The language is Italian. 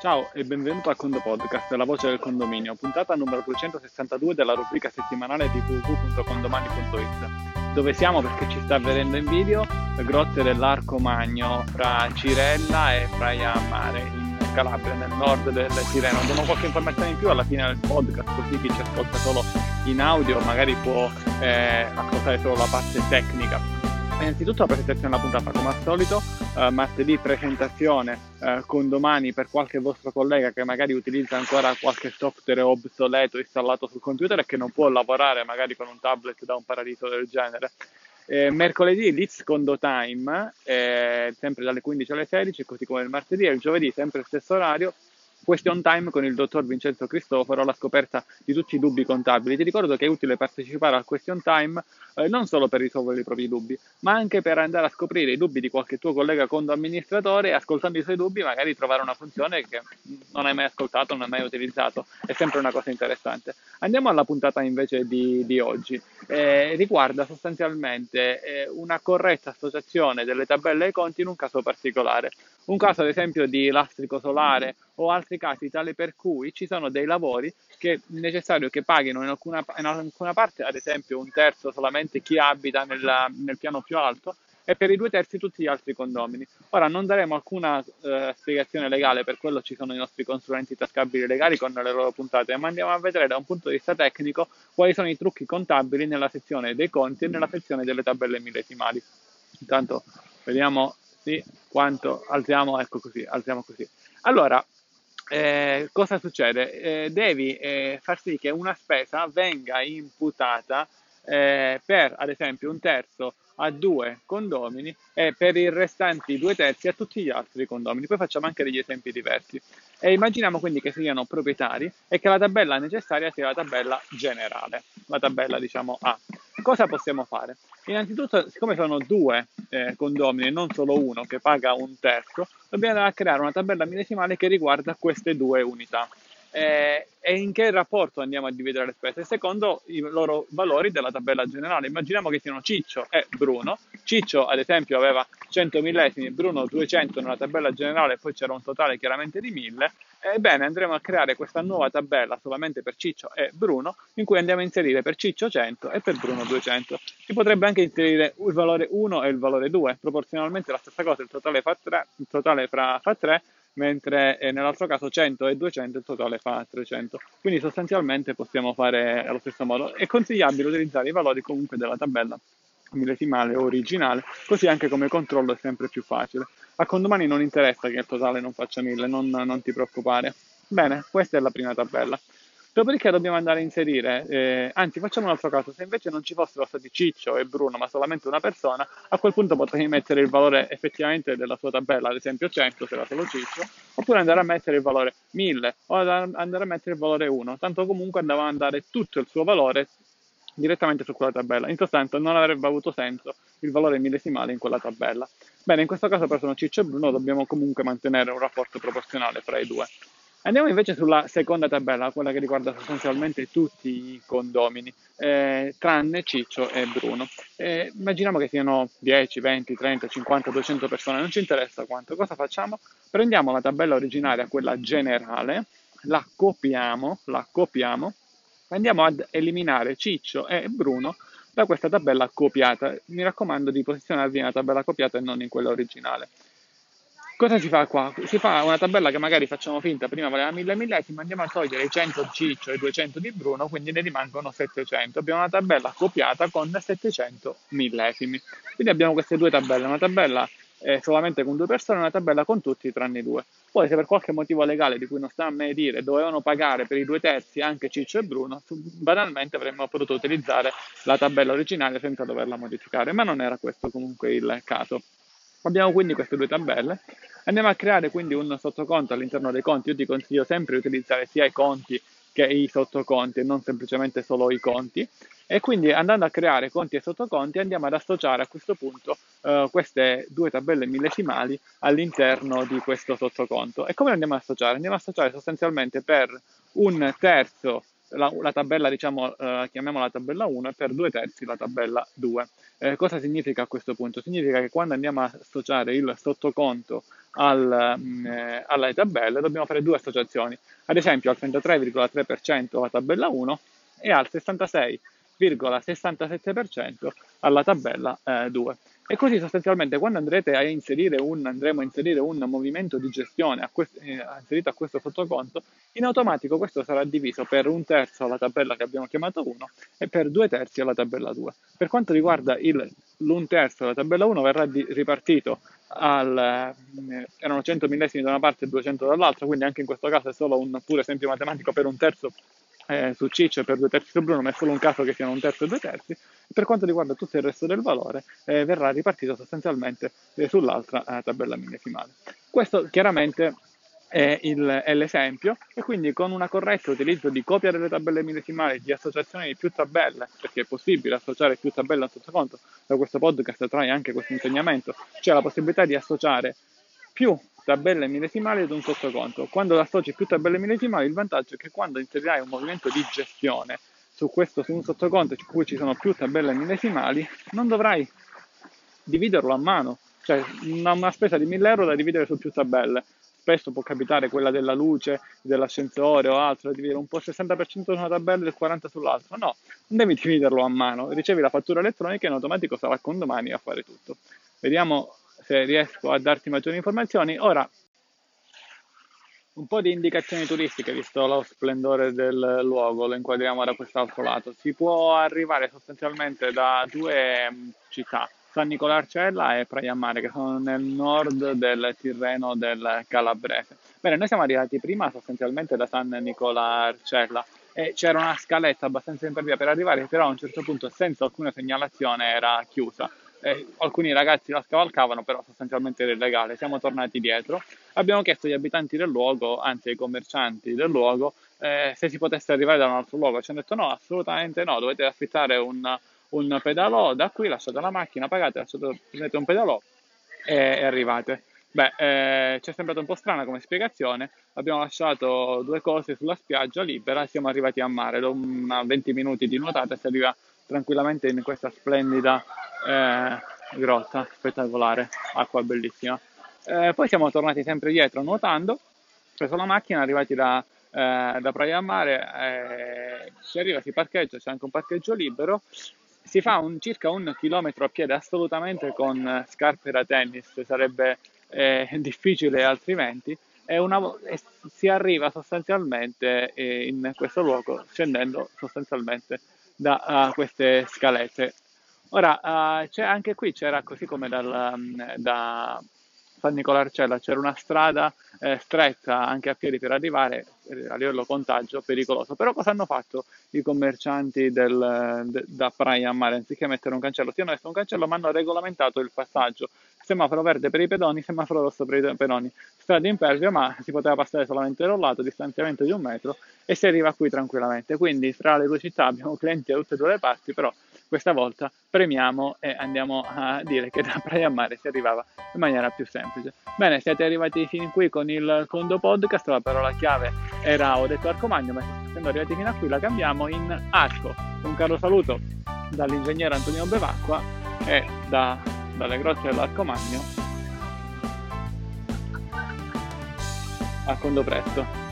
Ciao e benvenuto a Condo Podcast, la voce del condominio, puntata numero 262 della rubrica settimanale di www.condomani.it, dove siamo perché ci sta vedendo in video le grotte dell'Arco Magno fra Cirella e Praia Mare in Calabria, nel nord del Tirreno. Diamo qualche informazione in più alla fine del podcast, così chi ci ascolta solo in audio magari può ascoltare solo la parte tecnica. Innanzitutto la presentazione della puntata, come al solito, martedì presentazione con domani per qualche vostro collega che magari utilizza ancora qualche software obsoleto installato sul computer e che non può lavorare magari con un tablet da un paradiso del genere. Mercoledì Leeds Condo Time, sempre dalle 15 alle 16, così come il martedì, e il giovedì sempre il stesso orario. Question Time con il dottor Vincenzo Cristoforo alla scoperta di tutti i dubbi contabili. Ti ricordo che è utile partecipare al Question Time non solo per risolvere i propri dubbi, ma anche per andare a scoprire i dubbi di qualche tuo collega condo amministratore e ascoltando i suoi dubbi magari trovare una funzione che non hai mai ascoltato, non hai mai utilizzato. È sempre una cosa interessante. Andiamo alla puntata invece di oggi. Riguarda sostanzialmente una corretta associazione delle tabelle ai conti in un caso particolare. Un caso ad esempio di lastrico solare o altri casi tali per cui ci sono dei lavori che è necessario che paghino in alcuna parte, ad esempio un terzo solamente chi abita nel piano più alto e per i due terzi tutti gli altri condomini. Ora non daremo alcuna spiegazione legale, per quello ci sono i nostri consulenti tascabili legali con le loro puntate, ma andiamo a vedere da un punto di vista tecnico quali sono i trucchi contabili nella sezione dei conti e nella sezione delle tabelle millesimali. Intanto vediamo quanto alziamo, ecco così, alziamo così. Allora, cosa succede? Devi far sì che una spesa venga imputata per, ad esempio, un terzo a due condomini e per i restanti due terzi a tutti gli altri condomini. Poi facciamo anche degli esempi diversi. E immaginiamo quindi che siano proprietari e che la tabella necessaria sia la tabella generale, la tabella diciamo A. Cosa possiamo fare? Innanzitutto, siccome sono due condomini e non solo uno che paga un terzo, dobbiamo andare a creare una tabella millesimale che riguarda queste due unità. E in che rapporto andiamo a dividere le spese? Secondo i loro valori della tabella generale. Immaginiamo che siano Ciccio e Bruno. Ciccio, ad esempio, aveva 100 millesimi, Bruno 200 nella tabella generale, poi c'era un totale chiaramente di 1000. Ebbene, andremo a creare questa nuova tabella solamente per Ciccio e Bruno, in cui andiamo a inserire per Ciccio 100 e per Bruno 200. Si potrebbe anche inserire il valore 1 e il valore 2, proporzionalmente la stessa cosa, il totale fa 3, il totale fa 3, mentre nell'altro caso 100 e 200 il totale fa 300. Quindi sostanzialmente possiamo fare allo stesso modo. È consigliabile utilizzare i valori comunque della tabella millesimale originale, così anche come controllo è sempre più facile. A condomani non interessa che il totale non faccia 1000, non ti preoccupare. Bene, questa è la prima tabella. Dopodiché dobbiamo andare a inserire, anzi facciamo un altro caso, se invece non ci fossero stati Ciccio e Bruno ma solamente una persona, a quel punto potrei mettere il valore effettivamente della sua tabella, ad esempio 100 se era solo Ciccio, oppure andare a mettere il valore 1000 o andare a mettere il valore 1, tanto comunque andava a dare tutto il suo valore direttamente su quella tabella. In sostanza non avrebbe avuto senso il valore millesimale in quella tabella. Bene, in questo caso però sono Ciccio e Bruno, dobbiamo comunque mantenere un rapporto proporzionale fra i due. Andiamo invece sulla seconda tabella, quella che riguarda sostanzialmente tutti i condomini, tranne Ciccio e Bruno. Immaginiamo che siano 10, 20, 30, 50, 200 persone, non ci interessa quanto. Cosa facciamo? Prendiamo la tabella originaria, quella generale, la copiamo, andiamo ad eliminare Ciccio e Bruno da questa tabella copiata. Mi raccomando di posizionarvi nella tabella copiata e non in quella originale. Cosa si fa qua? Si fa una tabella che magari facciamo finta, prima valeva 1000 millesimi, andiamo a togliere i 100 di Ciccio e i 200 di Bruno, quindi ne rimangono 700. Abbiamo una tabella copiata con 700 millesimi. Quindi abbiamo queste due tabelle, una tabella solamente con due persone e una tabella con tutti tranne i due. Poi se per qualche motivo legale di cui non sta a me dire dovevano pagare per i due terzi anche Ciccio e Bruno, banalmente avremmo potuto utilizzare la tabella originale senza doverla modificare, ma non era questo comunque il caso. Abbiamo quindi queste due tabelle, andiamo a creare quindi un sottoconto all'interno dei conti. Io ti consiglio sempre di utilizzare sia i conti che i sottoconti e non semplicemente solo i conti, e quindi andando a creare conti e sottoconti andiamo ad associare a questo punto queste due tabelle millesimali all'interno di questo sottoconto. E come andiamo ad associare? Andiamo ad associare sostanzialmente per un terzo la tabella, diciamo, chiamiamola tabella 1 e per due terzi la tabella 2. Cosa significa a questo punto? Significa che quando andiamo a associare il sottoconto alle tabelle dobbiamo fare due associazioni, ad esempio al 33,3% la tabella 1 e al 66,67% alla tabella 2. E così sostanzialmente quando andremo a inserire un movimento di gestione inserito a questo sottoconto, in automatico questo sarà diviso per un terzo alla tabella che abbiamo chiamato 1 e per 2/3 alla tabella 2. Per quanto riguarda l'un terzo della tabella 1 verrà ripartito erano 100 millesimi da una parte e 200 dall'altra, quindi anche in questo caso è solo un puro esempio matematico per un terzo su Ciccio e per 2/3 su Bruno, ma è solo un caso che siano un terzo e 2/3. Per quanto riguarda tutto il resto del valore, verrà ripartito sostanzialmente sull'altra tabella millesimale. Questo chiaramente è l'esempio, e quindi con un corretto utilizzo di copia delle tabelle millesimali, di associazione di più tabelle, perché è possibile associare più tabelle a un sottoconto, da questo podcast trae anche questo insegnamento, c'è la possibilità di associare più tabelle millesimali ad un sottoconto. Quando associ più tabelle millesimali, il vantaggio è che quando inserirai un movimento di gestione su un sottoconto in cui ci sono più tabelle millesimali, non dovrai dividerlo a mano, cioè una spesa di 1.000 euro da dividere su più tabelle. Spesso può capitare quella della luce, dell'ascensore o altro, da dividere un po' il 60% su una tabella e il 40% sull'altra. No, non devi dividerlo a mano, ricevi la fattura elettronica e in automatico sarà con domani a fare tutto. Vediamo se riesco a darti maggiori informazioni. Ora, un po' di indicazioni turistiche, visto lo splendore del luogo, lo inquadriamo da quest'altro lato. Si può arrivare sostanzialmente da due città, San Nicola-Arcella e Praia Mare, che sono nel nord del Tirreno del Calabrese. Bene, noi siamo arrivati prima sostanzialmente da San Nicola-Arcella e c'era una scaletta abbastanza impervia per arrivare, però a un certo punto senza alcuna segnalazione era chiusa. Alcuni ragazzi la scavalcavano, però sostanzialmente era illegale. Siamo tornati dietro, abbiamo chiesto agli abitanti del luogo, anzi ai commercianti del luogo, se si potesse arrivare da un altro luogo. Ci hanno detto no, assolutamente no, dovete affittare un pedalò da qui, lasciate la macchina, pagate, prendete un pedalò e arrivate. Beh, ci è sembrato un po' strana come spiegazione, abbiamo lasciato due cose sulla spiaggia libera e siamo arrivati a mare, dopo 20 minuti di nuotata si arriva tranquillamente in questa splendida grotta spettacolare, acqua bellissima. Poi siamo tornati sempre dietro nuotando, preso la macchina, arrivati da Praia Mare, si arriva, si parcheggia, c'è anche un parcheggio libero, si fa circa 1 chilometro a piede assolutamente con scarpe da tennis, sarebbe difficile altrimenti, e si arriva sostanzialmente in questo luogo scendendo sostanzialmente da queste scalette. Ora, anche qui c'era, così come da San Nicola-Arcella, c'era una strada stretta anche a piedi per arrivare, a livello contagio pericoloso. Però cosa hanno fatto i commercianti da Praia a Mare? Anziché mettere un cancello, sì, hanno messo un cancello, ma hanno regolamentato il passaggio. Semaforo verde per i pedoni, semaforo rosso per i pedoni. Strada impervia, ma si poteva passare solamente da un lato, distanziamento di 1 metro, e si arriva qui tranquillamente. Quindi fra le due città abbiamo clienti da tutte e due le parti, però questa volta premiamo e andiamo a dire che da Praia a Mare si arrivava in maniera più semplice. Bene, siete arrivati fin qui con il secondo podcast, la parola chiave era ho detto Arcomagno, ma essendo arrivati fino a qui la cambiamo in Arco. Un caro saluto dall'ingegnere Antonio Bevacqua e dalle grotte dell'Arcomagno. A quando presto.